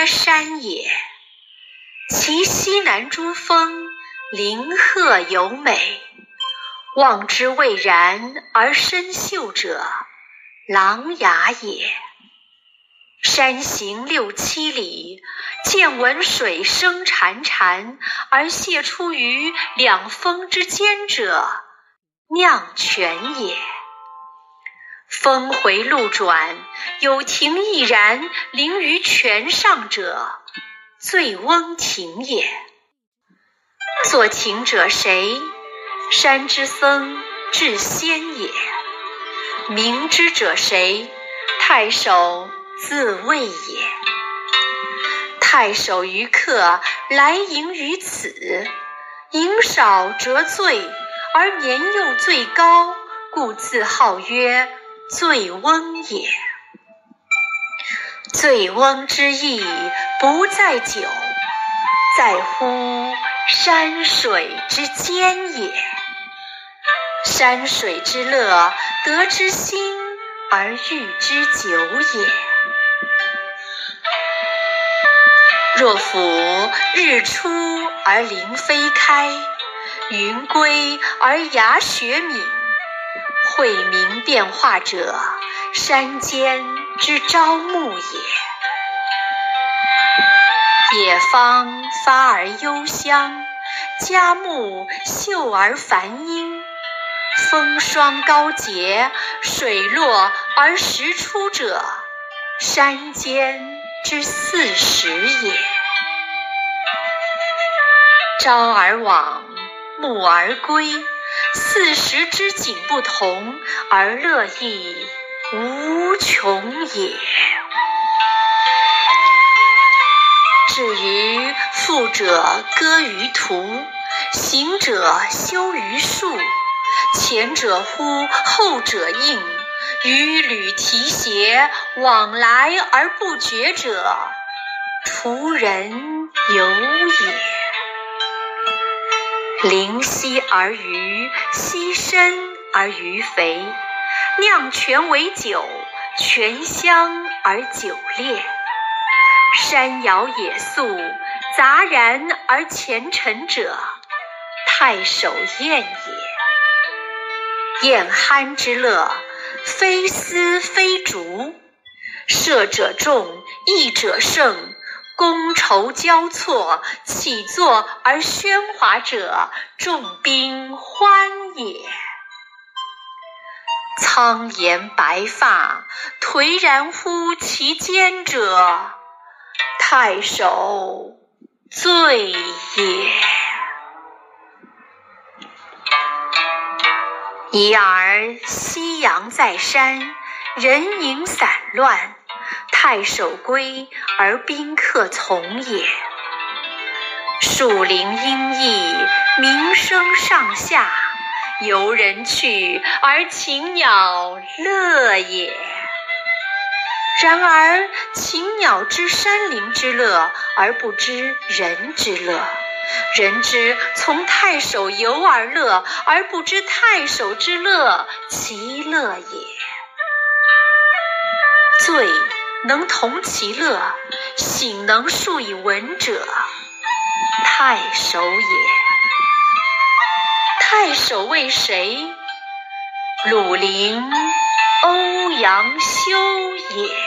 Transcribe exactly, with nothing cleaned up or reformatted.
曰山也。其西南诸峰，林壑尤美，望之蔚然而深秀者，琅琊也。山行六七里，见闻水声潺潺，而泻出于两峰之间者，酿泉也。峰回路转，有亭翼然临于泉上者，醉翁亭也。作亭者谁？山之僧智仙也。明之者谁？太守自谓也。太守于客，来迎于此。饮少辄醉，而年幼最高，故自号曰醉翁也。醉翁之意不在酒，在乎山水之间也。山水之乐，得之心而寓之久也。若夫日出而林霏开，云归而崖雪泯，晦明变化者，山间之朝暮也。野芳发而幽香，佳木秀而繁英，风霜高洁，水落而石出者，山间之四时也。朝而往，暮而归，四时之景不同，而乐亦无穷也。至于富者歌于途，行者休于树，前者呼，后者应，与履提携，往来而不绝者，途人游也。临溪而渔，溪深而鱼肥，酿泉为酒，泉香而酒冽。山摇野宿，杂然而前陈者，太守宴也。宴酣之乐，非丝非竹，射者中，弈者胜，觥筹交错，起坐而喧哗者，众宾欢也。苍颜白发，颓然乎其间者，太守醉也。已而夕阳在山，人影散乱，太守归而宾客从也。树林阴翳，鸣声上下，游人去而禽鸟乐也。然而禽鸟知山林之乐，而不知人之乐；人知从太守游而乐，而不知太守之乐其乐也。醉能同其乐，醒能述以文者，太守也。太守为谁？鲁陵欧阳修也。